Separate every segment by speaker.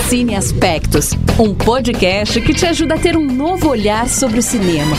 Speaker 1: Cine Aspectos, um podcast que te ajuda a ter um novo olhar sobre o cinema.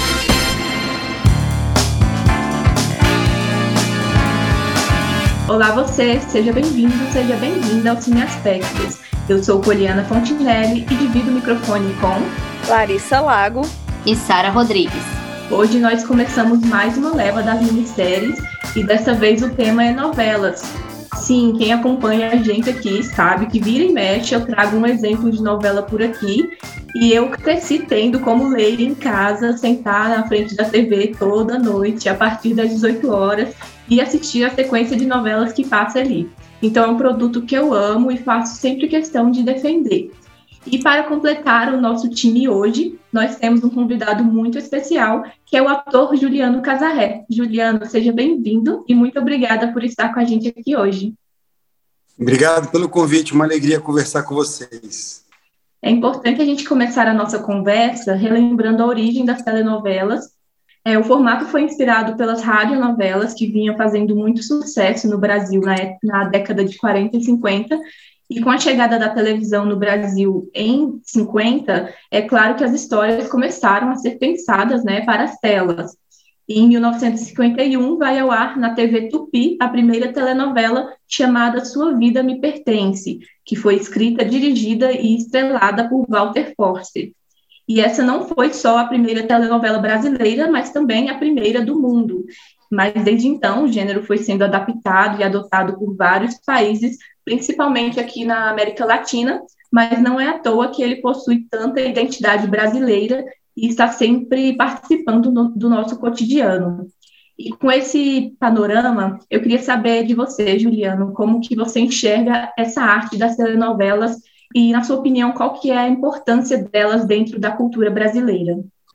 Speaker 2: Olá você, seja bem-vindo, seja bem-vinda ao Cine Aspectos. Eu sou Poliana Fontinelli e divido o microfone com
Speaker 3: Larissa Lago
Speaker 4: e Sara Rodrigues.
Speaker 2: Hoje nós começamos mais uma leva das minisséries e dessa vez o tema é novelas. Sim, quem acompanha a gente aqui sabe que vira e mexe eu trago um exemplo de novela por aqui e eu cresci tendo como ler em casa, sentar na frente da TV toda noite a partir das 18 horas e assistir a sequência de novelas que passa ali. Então é um produto que eu amo e faço sempre questão de defender. E para completar o nosso time hoje, nós temos um convidado muito especial, que é o ator Juliano Casarré. Juliano, seja bem-vindo e muito obrigada por estar com a gente aqui hoje.
Speaker 5: Obrigado pelo convite, uma alegria conversar com vocês.
Speaker 2: É importante a gente começar a nossa conversa relembrando a origem das telenovelas. O formato foi inspirado pelas radionovelas que vinham fazendo muito sucesso no Brasil na década de 40 e 50, e com a chegada da televisão no Brasil em 50, é claro que as histórias começaram a ser pensadas, para as telas. E em 1951 vai ao ar na TV Tupi a primeira telenovela chamada Sua Vida Me Pertence, que foi escrita, dirigida e estrelada por Walter Forster. E essa não foi só a primeira telenovela brasileira, mas também a primeira do mundo. Mas desde então o gênero foi sendo adaptado e adotado por vários países, principalmente aqui na América Latina, mas não é à toa que ele possui tanta identidade brasileira e está sempre participando do nosso cotidiano. E com esse panorama, eu queria saber de você, Juliano, como que você enxerga essa arte das telenovelas e, na sua opinião, qual que é a importância delas dentro da cultura brasileira?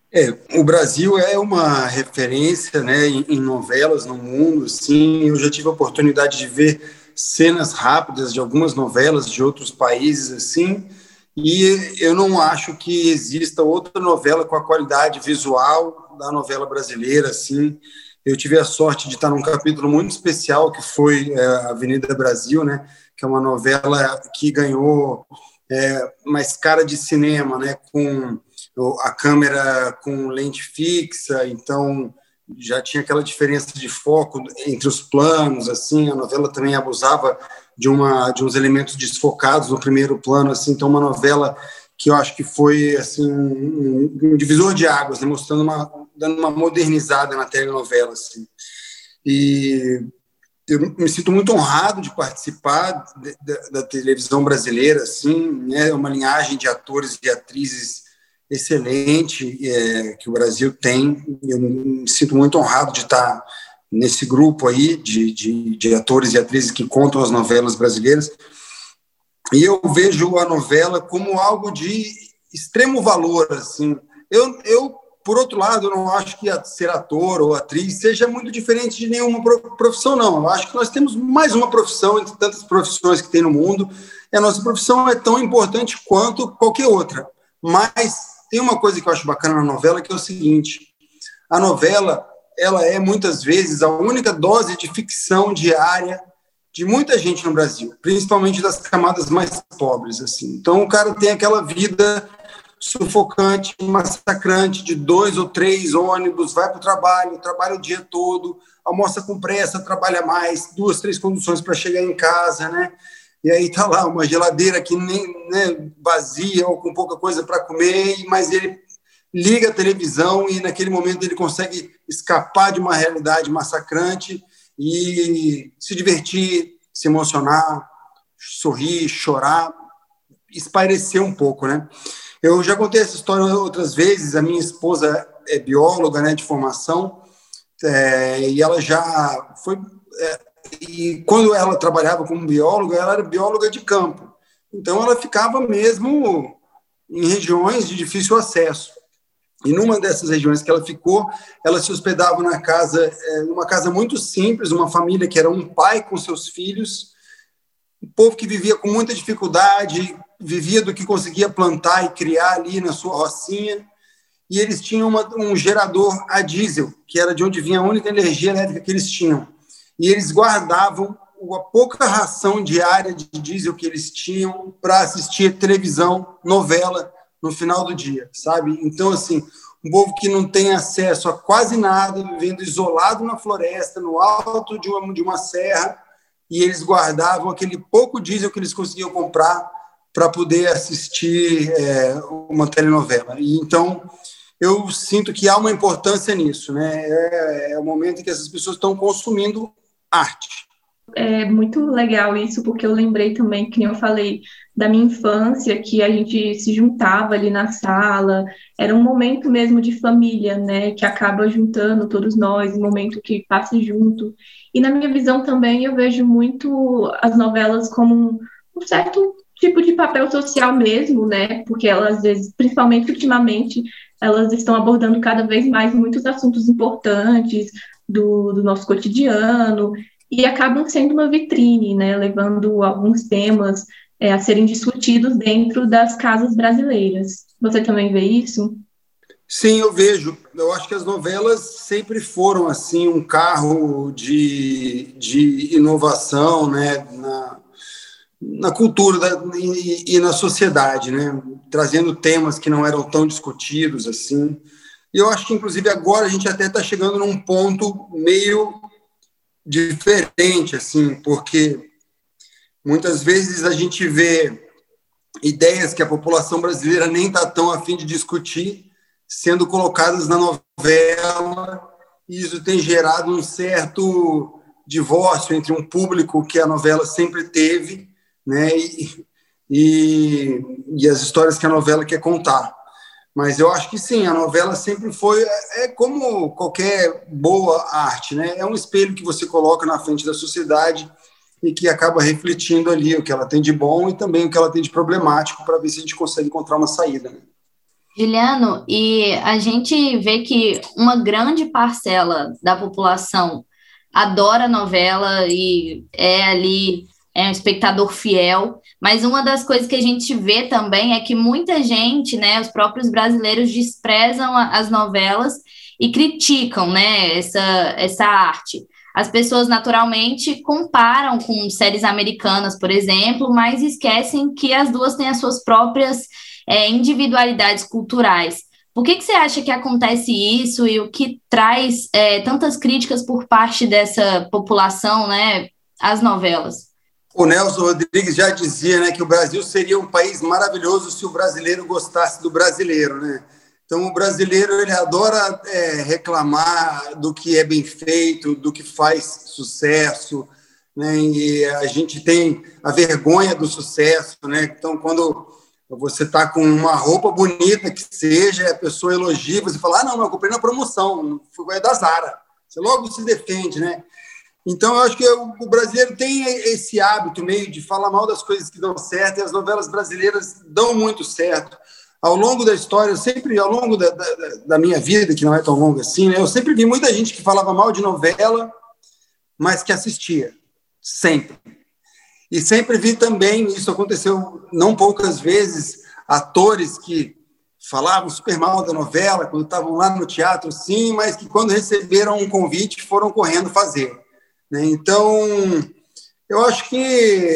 Speaker 5: O Brasil é uma referência, em novelas no mundo. Sim, eu já tive a oportunidade de ver cenas rápidas de algumas novelas de outros países, assim, e eu não acho que exista outra novela com a qualidade visual da novela brasileira, assim. Eu tive a sorte de estar num capítulo muito especial, que foi Avenida Brasil, que é uma novela que ganhou mais cara de cinema, com a câmera com lente fixa, então já tinha aquela diferença de foco entre os planos, assim. A novela também abusava de uns elementos desfocados no primeiro plano, assim. Então uma novela que eu acho que foi assim um divisor de águas, dando uma modernizada na telenovela, assim. E eu me sinto muito honrado de participar da televisão brasileira, assim, uma linhagem de atores e atrizes excelente que o Brasil tem. Eu me sinto muito honrado de estar nesse grupo aí de atores e atrizes que contam as novelas brasileiras. E eu vejo a novela como algo de extremo valor, assim. Eu por outro lado, eu não acho que ser ator ou atriz seja muito diferente de nenhuma profissão, não. Eu acho que nós temos mais uma profissão entre tantas profissões que tem no mundo, e a nossa profissão é tão importante quanto qualquer outra. Mas tem uma coisa que eu acho bacana na novela, que é o seguinte: a novela, ela é muitas vezes a única dose de ficção diária de muita gente no Brasil, principalmente das camadas mais pobres, assim. Então o cara tem aquela vida sufocante, massacrante, de 2 ou 3 ônibus, vai para o trabalho, trabalha o dia todo, almoça com pressa, trabalha mais, 2, 3 conduções para chegar em casa, E aí está lá uma geladeira que nem vazia ou com pouca coisa para comer, mas ele liga a televisão e naquele momento ele consegue escapar de uma realidade massacrante e se divertir, se emocionar, sorrir, chorar, espairecer um pouco, Eu já contei essa história outras vezes. A minha esposa é bióloga, de formação, e ela já foi... E quando ela trabalhava como bióloga, ela era bióloga de campo. Então, ela ficava mesmo em regiões de difícil acesso. E numa dessas regiões que ela ficou, ela se hospedava numa casa muito simples, uma família que era um pai com seus filhos, um povo que vivia com muita dificuldade, vivia do que conseguia plantar e criar ali na sua rocinha. E eles tinham um gerador a diesel, que era de onde vinha a única energia elétrica que eles tinham. E eles guardavam a pouca ração diária de diesel que eles tinham para assistir televisão, novela, no final do dia, sabe? Então, assim, um povo que não tem acesso a quase nada, vivendo isolado na floresta, no alto de uma serra, e eles guardavam aquele pouco diesel que eles conseguiam comprar para poder assistir uma telenovela. E, então, eu sinto que há uma importância nisso, né? É o momento em que essas pessoas estão consumindo arte.
Speaker 2: É muito legal isso, porque eu lembrei também, que eu falei, da minha infância, que a gente se juntava ali na sala, era um momento mesmo de família, né, que acaba juntando todos nós, um momento que passa junto. E na minha visão também, eu vejo muito as novelas como um certo tipo de papel social mesmo, né, porque elas, às vezes, principalmente ultimamente, elas estão abordando cada vez mais muitos assuntos importantes do nosso cotidiano, e acabam sendo uma vitrine, né, levando alguns temas a serem discutidos dentro das casas brasileiras. Você também vê isso?
Speaker 5: Sim, eu vejo. Eu acho que as novelas sempre foram assim um carro de inovação, né, na cultura e na sociedade, né, trazendo temas que não eram tão discutidos assim. E eu acho que, inclusive, agora a gente até está chegando num ponto meio diferente, assim, porque muitas vezes a gente vê ideias que a população brasileira nem está tão a fim de discutir sendo colocadas na novela, e isso tem gerado um certo divórcio entre um público que a novela sempre teve, né, e as histórias que a novela quer contar. Mas eu acho que sim, a novela sempre foi, como qualquer boa arte, né? É um espelho que você coloca na frente da sociedade e que acaba refletindo ali o que ela tem de bom e também o que ela tem de problemático, para ver se a gente consegue encontrar uma saída, né?
Speaker 3: Juliano, e a gente vê que uma grande parcela da população adora novela e é um espectador fiel, mas uma das coisas que a gente vê também é que muita gente, né, os próprios brasileiros desprezam as novelas e criticam, né, essa arte. As pessoas naturalmente comparam com séries americanas, por exemplo, mas esquecem que as duas têm as suas próprias individualidades culturais. Por que você acha que acontece isso e o que traz tantas críticas por parte dessa população, né, às novelas?
Speaker 5: O Nelson Rodrigues já dizia, né, que o Brasil seria um país maravilhoso se o brasileiro gostasse do brasileiro, né? Então, o brasileiro, ele adora reclamar do que é bem feito, do que faz sucesso, né? E a gente tem a vergonha do sucesso, né? Então, quando você está com uma roupa bonita que seja, a pessoa elogia, você fala, não, eu comprei na promoção, foi da Zara. Você logo se defende, né? Então, eu acho que o brasileiro tem esse hábito meio de falar mal das coisas que dão certo, e as novelas brasileiras dão muito certo. Ao longo da história, ao longo da minha vida, que não é tão longa assim, né, eu sempre vi muita gente que falava mal de novela, mas que assistia, sempre. E sempre vi também, isso aconteceu não poucas vezes, atores que falavam super mal da novela, quando estavam lá no teatro, sim, mas que quando receberam um convite foram correndo fazer. Então, eu acho que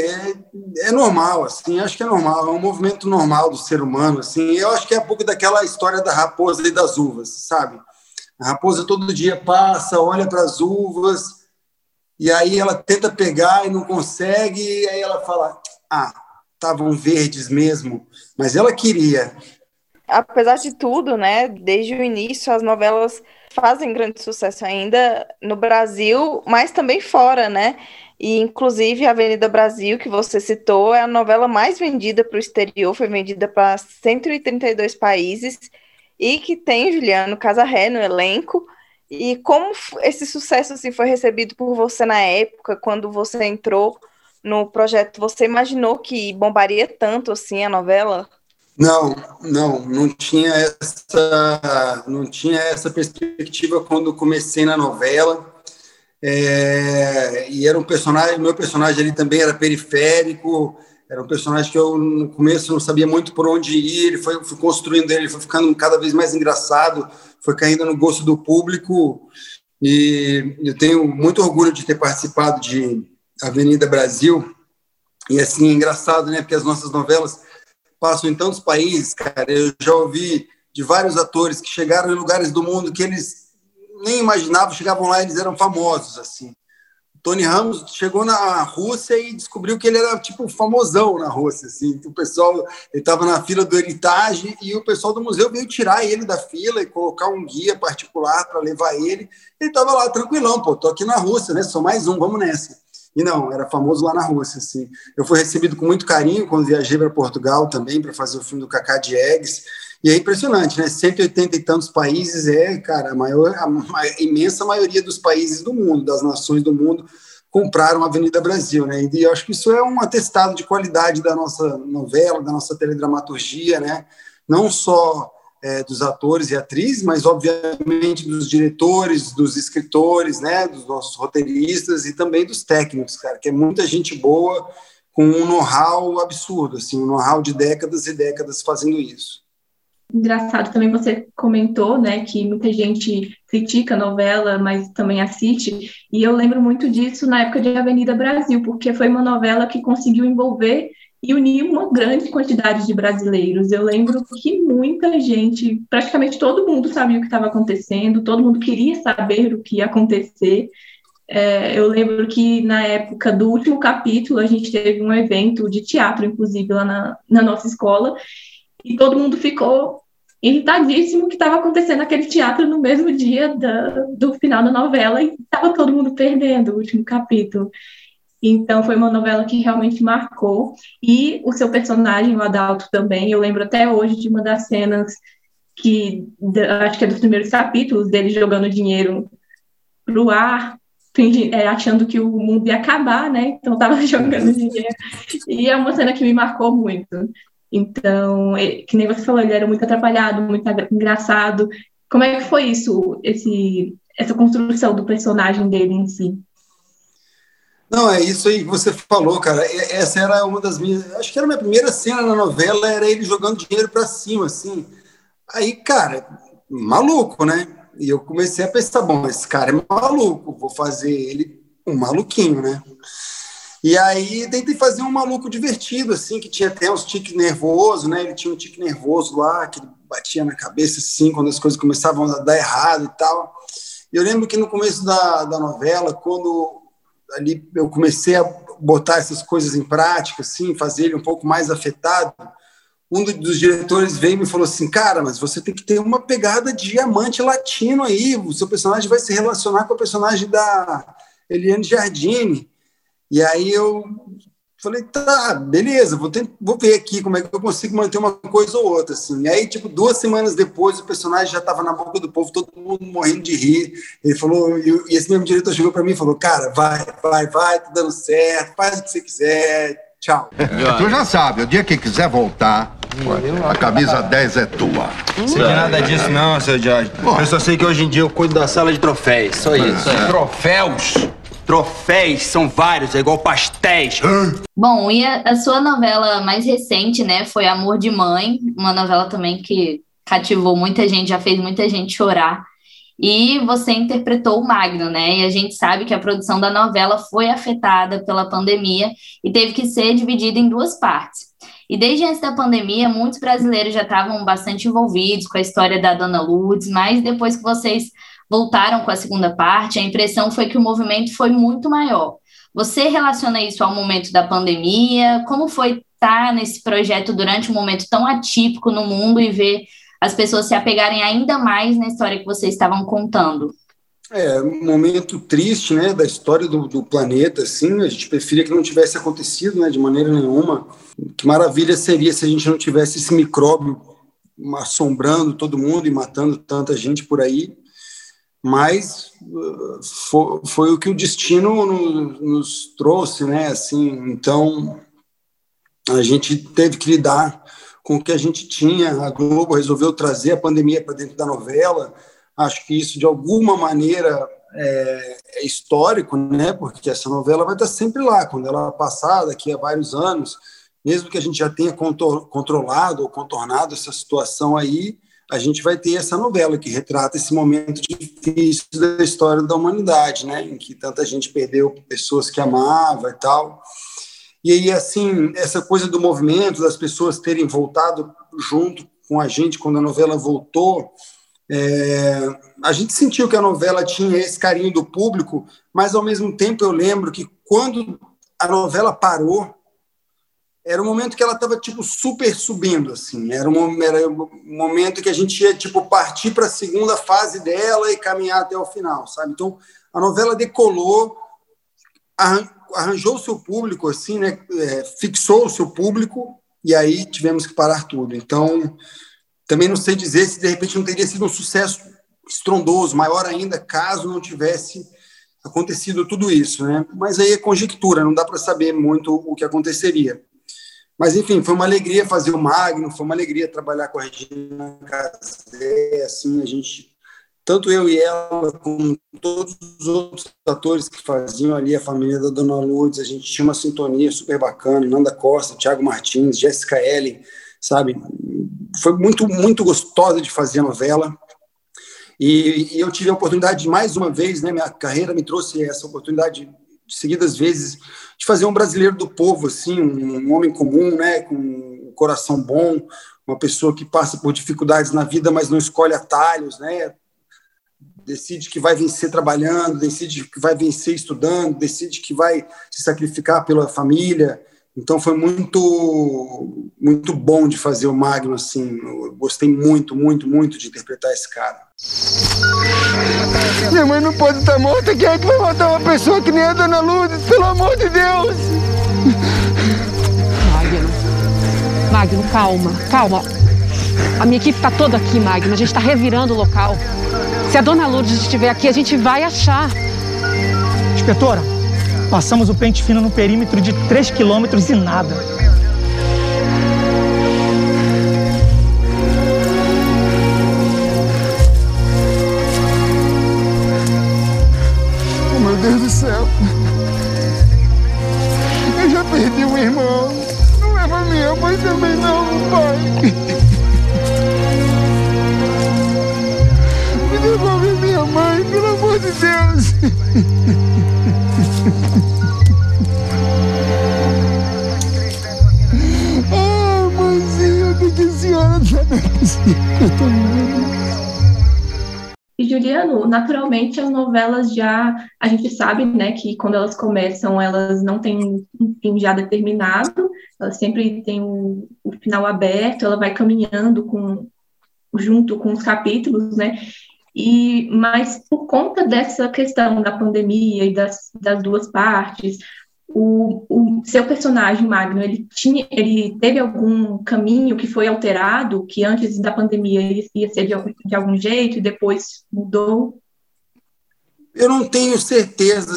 Speaker 5: é normal, assim, acho que é normal, é um movimento normal do ser humano, assim. Eu acho que é um pouco daquela história da raposa e das uvas, sabe? A raposa todo dia passa, olha para as uvas, e aí ela tenta pegar e não consegue, e aí ela fala, estavam verdes mesmo, mas ela queria.
Speaker 4: Apesar de tudo, né, desde o início, as novelas fazem grande sucesso ainda no Brasil, mas também fora, né? E, inclusive, a Avenida Brasil, que você citou, é a novela mais vendida para o exterior, foi vendida para 132 países, e que tem Juliano Casarré no elenco. E como esse sucesso assim, foi recebido por você na época, quando você entrou no projeto, você imaginou que bombaria tanto assim a novela?
Speaker 5: Não tinha essa perspectiva quando comecei na novela. E era meu personagem ali também era periférico, era um personagem que eu no começo não sabia muito por onde ir, ele fui construindo ele foi ficando cada vez mais engraçado, foi caindo no gosto do público, e eu tenho muito orgulho de ter participado Avenida Brasil, e assim, é engraçado, né? Porque as nossas novelas passam em tantos países, cara. Eu já ouvi de vários atores que chegaram em lugares do mundo que eles nem imaginavam, chegavam lá e eles eram famosos, assim. Tony Ramos chegou na Rússia e descobriu que ele era, tipo, famosão na Rússia, assim. O pessoal, ele estava na fila do Heritage e o pessoal do museu veio tirar ele da fila e colocar um guia particular para levar ele. Ele estava lá, tranquilão, pô, tô aqui na Rússia, né? Sou mais um, vamos nessa. E não, era famoso lá na Rússia, assim. Eu fui recebido com muito carinho quando viajei para Portugal também para fazer o filme do Cacá Diegues. E é impressionante, né? 180 e tantos países cara, a imensa maioria dos países do mundo, das nações do mundo, compraram a Avenida Brasil, né? E eu acho que isso é um atestado de qualidade da nossa novela, da nossa teledramaturgia, né? Não só dos atores e atrizes, mas, obviamente, dos diretores, dos escritores, né? Dos nossos roteiristas e também dos técnicos, cara, que é muita gente boa com um know-how absurdo, assim, um know-how de décadas e décadas fazendo isso.
Speaker 2: Engraçado, também você comentou, né, que muita gente critica a novela, mas também assiste, e eu lembro muito disso na época de Avenida Brasil, porque foi uma novela que conseguiu envolver e unir uma grande quantidade de brasileiros. Eu lembro que muita gente, praticamente todo mundo sabia o que estava acontecendo, todo mundo queria saber o que ia acontecer. Eu lembro que na época do último capítulo, a gente teve um evento de teatro, inclusive, lá na nossa escola, e todo mundo ficou irritadíssimo que estava acontecendo aquele teatro no mesmo dia do final da novela e estava todo mundo perdendo o último capítulo. Então, foi uma novela que realmente marcou. E o seu personagem, o Adalto, também. Eu lembro até hoje de uma das cenas acho que é dos primeiros capítulos, dele jogando dinheiro pro ar, achando que o mundo ia acabar, né? Então, estava jogando dinheiro. E é uma cena que me marcou muito. Então, que nem você falou, ele era muito atrapalhado, muito engraçado. Como é que foi isso, essa construção do personagem dele em si?
Speaker 5: Não, é isso aí que você falou, cara. Essa era uma das minhas... Acho que era a minha primeira cena na novela, era ele jogando dinheiro para cima, assim. Aí, cara, maluco, né? E eu comecei a pensar, bom, esse cara é maluco, vou fazer ele um maluquinho, né? E aí tentei fazer um maluco divertido, assim, que tinha até uns tiques nervosos, né? Ele tinha um tique nervoso lá, que ele batia na cabeça, assim, quando as coisas começavam a dar errado e tal. E eu lembro que no começo da novela, quando ali eu comecei a botar essas coisas em prática, assim, fazer ele um pouco mais afetado, um dos diretores veio e me falou assim, cara, mas você tem que ter uma pegada de amante latino aí, o seu personagem vai se relacionar com o personagem da Eliane Giardini. E aí eu falei, tá, beleza, vou ver aqui como é que eu consigo manter uma coisa ou outra, assim. E aí, tipo, 2 semanas depois, o personagem já estava na boca do povo, todo mundo morrendo de rir. Ele falou, e esse mesmo diretor chegou para mim e falou, cara, vai, tá dando certo, faz o que você quiser, tchau.
Speaker 6: Tu já sabe, o dia que quiser voltar, a camisa 10 é tua.
Speaker 7: Não sei de nada disso não, seu Jorge. Eu só sei que hoje em dia eu cuido da sala de troféus, só isso.
Speaker 8: Troféus? Troféus são vários, é igual pastéis.
Speaker 3: Bom, e a sua novela mais recente, né, foi Amor de Mãe, uma novela também que cativou muita gente, já fez muita gente chorar. E você interpretou o Magno, né? E a gente sabe que a produção da novela foi afetada pela pandemia e teve que ser dividida em 2 partes. E desde antes da pandemia, muitos brasileiros já estavam bastante envolvidos com a história da Dona Lourdes, mas depois que vocês voltaram com a segunda parte, a impressão foi que o movimento foi muito maior. Você relaciona isso ao momento da pandemia? Como foi estar nesse projeto durante um momento tão atípico no mundo e ver as pessoas se apegarem ainda mais na história que vocês estavam contando?
Speaker 5: Um momento triste, né, da história do planeta, assim, a gente preferia que não tivesse acontecido, né, de maneira nenhuma. Que maravilha seria se a gente não tivesse esse micróbio assombrando todo mundo e matando tanta gente por aí. Mas foi o que o destino nos trouxe, né? Assim, então, a gente teve que lidar com o que a gente tinha. A Globo resolveu trazer a pandemia para dentro da novela. Acho que isso, de alguma maneira, é histórico, né? Porque essa novela vai estar sempre lá. Quando ela passar, daqui a vários anos, mesmo que a gente já tenha controlado ou contornado essa situação aí, a gente vai ter essa novela que retrata esse momento difícil da história da humanidade, né, em que tanta gente perdeu pessoas que amava e tal. E aí, assim, essa coisa do movimento, das pessoas terem voltado junto com a gente quando a novela voltou, a gente sentiu que a novela tinha esse carinho do público, mas, ao mesmo tempo, eu lembro que quando a novela parou, era um momento que ela estava, tipo, super subindo, assim. Era um momento que a gente ia, tipo, partir para a segunda fase dela e caminhar até o final, sabe? Então, a novela decolou, arranjou o seu público, assim, né? Fixou o seu público, e aí tivemos que parar tudo. Então, também não sei dizer se, de repente, não teria sido um sucesso estrondoso, maior ainda, caso não tivesse acontecido tudo isso, né? Mas aí é conjectura, não dá para saber muito o que aconteceria. Mas, enfim, foi uma alegria fazer o Magno, foi uma alegria trabalhar com a Regina Casé, assim, a gente, tanto eu e ela, como todos os outros atores que faziam ali a família da Dona Lourdes, a gente tinha uma sintonia super bacana, Nanda Costa, Thiago Martins, Jéssica Ellen, sabe? Foi muito, muito gostosa de fazer a novela. E eu tive a oportunidade, mais uma vez, né, minha carreira me trouxe essa oportunidade seguidas vezes de fazer um brasileiro do povo, assim, um homem comum, né, com um coração bom, uma pessoa que passa por dificuldades na vida, mas não escolhe atalhos, né, decide que vai vencer trabalhando, decide que vai vencer estudando, decide que vai se sacrificar pela família. Então foi muito, muito bom de fazer o Magno, assim. Eu gostei muito, muito, muito de interpretar esse cara.
Speaker 9: Minha mãe não pode estar morta. Quem é que vai matar uma pessoa que nem a Dona Lourdes? Pelo amor de Deus!
Speaker 10: Magno, calma, calma. A minha equipe está toda aqui, Magno. A gente está revirando o local. Se a Dona Lourdes estiver aqui, a gente vai achar.
Speaker 11: Inspetora, passamos o pente fino no perímetro de 3 quilômetros e nada.
Speaker 9: Oh, meu Deus do céu. Eu já perdi um irmão. Não leva minha mãe também não, pai. Me devolve minha mãe, pelo amor de Deus. Ah, mãezinha, do que a senhora
Speaker 2: E, Juliano, naturalmente as novelas a gente sabe, né, que quando elas começam, elas não têm um fim já determinado, elas sempre têm o final aberto, ela vai caminhando junto com os capítulos, né, mas por conta dessa questão da pandemia e das duas partes, o seu personagem, Magno, ele teve algum caminho que foi alterado, que antes da pandemia ia ser de algum jeito e depois mudou?
Speaker 5: Eu não tenho certeza,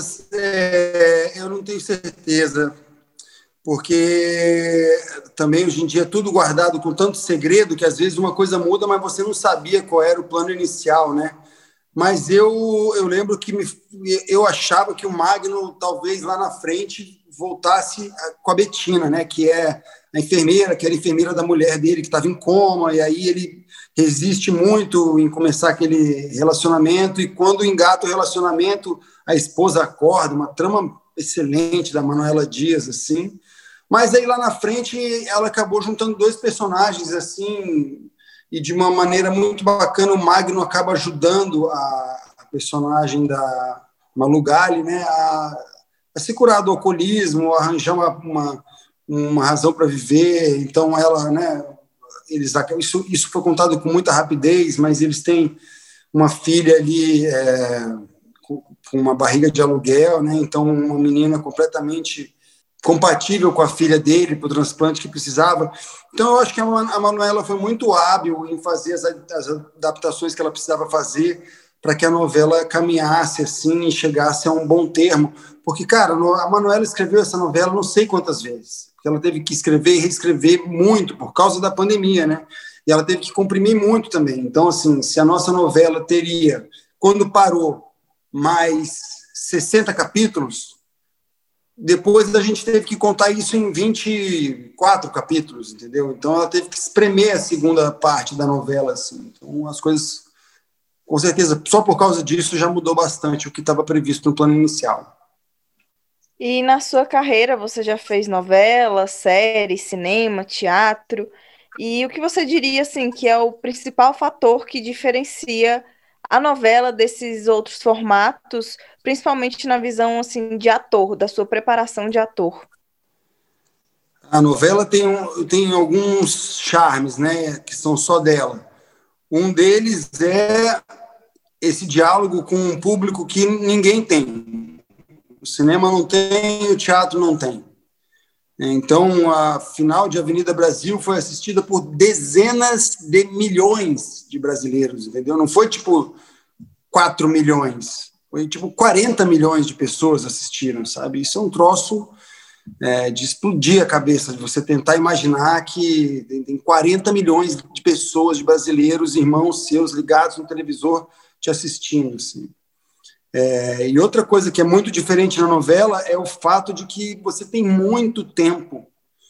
Speaker 5: porque também hoje em dia é tudo guardado com tanto segredo que às vezes uma coisa muda, mas você não sabia qual era o plano inicial, né? Mas eu lembro que eu achava que o Magno talvez lá na frente voltasse com a Betina, né? Que é a enfermeira, que era a enfermeira da mulher dele que estava em coma, e aí ele resiste muito em começar aquele relacionamento, e quando engata o relacionamento, a esposa acorda, uma trama excelente da Manuela Dias, assim. Mas aí lá na frente ela acabou juntando dois personagens, assim, e de uma maneira muito bacana o Magno acaba ajudando a personagem da Malu Gali, né, a se curar do alcoolismo, a arranjar uma razão para viver. Então ela, né, isso foi contado com muita rapidez, mas eles têm uma filha ali com uma barriga de aluguel, né, então uma menina completamente compatível com a filha dele para o transplante que precisava. Então, eu acho que a Manuela foi muito hábil em fazer as adaptações que ela precisava fazer para que a novela caminhasse assim e chegasse a um bom termo. Porque, cara, a Manuela escreveu essa novela não sei quantas vezes, porque ela teve que escrever e reescrever muito por causa da pandemia, né? E ela teve que comprimir muito também. Então, assim, se a nossa novela teria, quando parou, mais 60 capítulos, depois a gente teve que contar isso em 24 capítulos, entendeu? Então ela teve que espremer a segunda parte da novela, assim. Então as coisas, com certeza, só por causa disso já mudou bastante o que estava previsto no plano inicial.
Speaker 4: E na sua carreira você já fez novela, série, cinema, teatro, e o que você diria, assim, que é o principal fator que diferencia a novela desses outros formatos, principalmente na visão, assim, de ator, da sua preparação de ator?
Speaker 5: A novela tem alguns charmes, né, que são só dela. Um deles é esse diálogo com um público que ninguém tem. O cinema não tem, o teatro não tem. Então, a final de Avenida Brasil foi assistida por dezenas de milhões de brasileiros, entendeu? Não foi tipo 4 milhões, foi tipo 40 milhões de pessoas assistiram, sabe? Isso é um troço de explodir a cabeça, de você tentar imaginar que tem 40 milhões de pessoas, de brasileiros, irmãos seus ligados no televisor te assistindo, assim. E outra coisa que é muito diferente na novela é o fato de que você tem muito tempo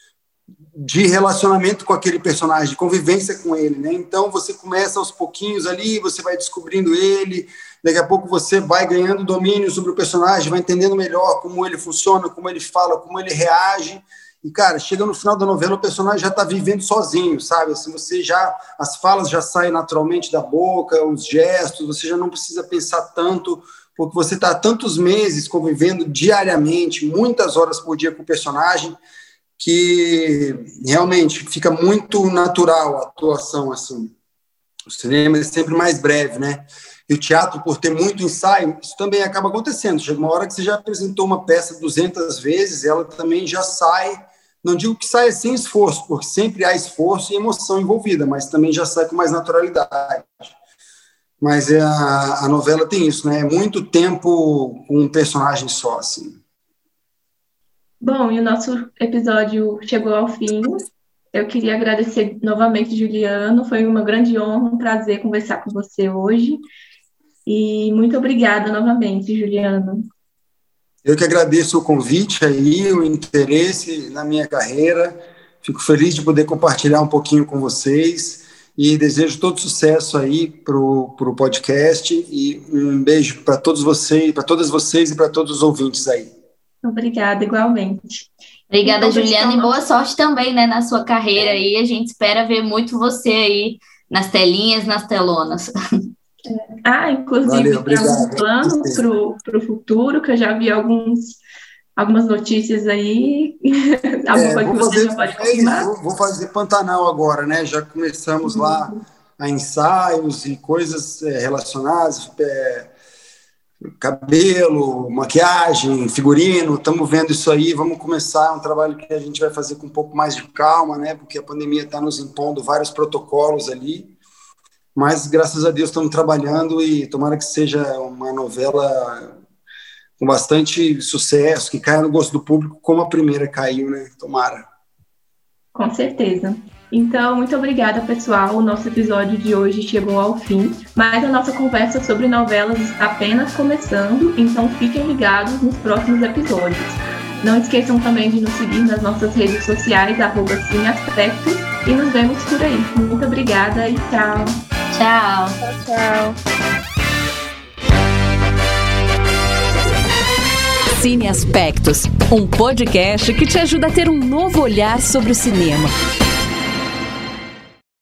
Speaker 5: de relacionamento com aquele personagem, de convivência com ele, né? Então você começa aos pouquinhos ali, você vai descobrindo ele, daqui a pouco você vai ganhando domínio sobre o personagem, vai entendendo melhor como ele funciona, como ele fala, como ele reage. E, cara, chega no final da novela, o personagem já está vivendo sozinho, sabe? Assim, as falas já saem naturalmente da boca, os gestos, você já não precisa pensar tanto, porque você está há tantos meses convivendo diariamente, muitas horas por dia com o personagem, que realmente fica muito natural a atuação, assim. O cinema é sempre mais breve, né? E o teatro, por ter muito ensaio, isso também acaba acontecendo. Chega uma hora que você já apresentou uma peça 200 vezes, ela também já sai, não digo que saia sem esforço, porque sempre há esforço e emoção envolvida, mas também já sai com mais naturalidade. Mas a novela tem isso, né? É muito tempo com um personagem só, assim.
Speaker 2: Bom, e o nosso episódio chegou ao fim. Eu queria agradecer novamente, Juliano. Foi uma grande honra, um prazer conversar com você hoje. E muito obrigada novamente, Juliano.
Speaker 5: Eu que agradeço o convite aí, o interesse na minha carreira. Fico feliz de poder compartilhar um pouquinho com vocês e desejo todo sucesso aí pro podcast e um beijo para todos vocês, para todas vocês e para todos os ouvintes aí.
Speaker 2: Obrigada, igualmente.
Speaker 3: Obrigada, então, Juliana, e boa sorte também, né, na sua carreira aí. A gente espera ver muito você aí nas telinhas, nas telonas.
Speaker 2: Inclusive, tem alguns planos para o futuro, que eu já vi algumas notícias aí.
Speaker 5: Vou fazer Pantanal agora, né? Já começamos lá a ensaios e coisas relacionadas, cabelo, maquiagem, figurino, estamos vendo isso aí, vamos começar um trabalho que a gente vai fazer com um pouco mais de calma, né? Porque a pandemia está nos impondo vários protocolos ali. Mas, graças a Deus, estamos trabalhando e tomara que seja uma novela com bastante sucesso, que caia no gosto do público, como a primeira caiu, né? Tomara.
Speaker 2: Com certeza. Então, muito obrigada, pessoal. O nosso episódio de hoje chegou ao fim, mas a nossa conversa sobre novelas está apenas começando, então fiquem ligados nos próximos episódios. Não esqueçam também de nos seguir nas nossas redes sociais, @cineaspectos, e nos vemos por aí. Muito obrigada e tchau.
Speaker 3: Tchau.
Speaker 4: Tchau.
Speaker 1: Cine Aspectos, um podcast que te ajuda a ter um novo olhar sobre o cinema.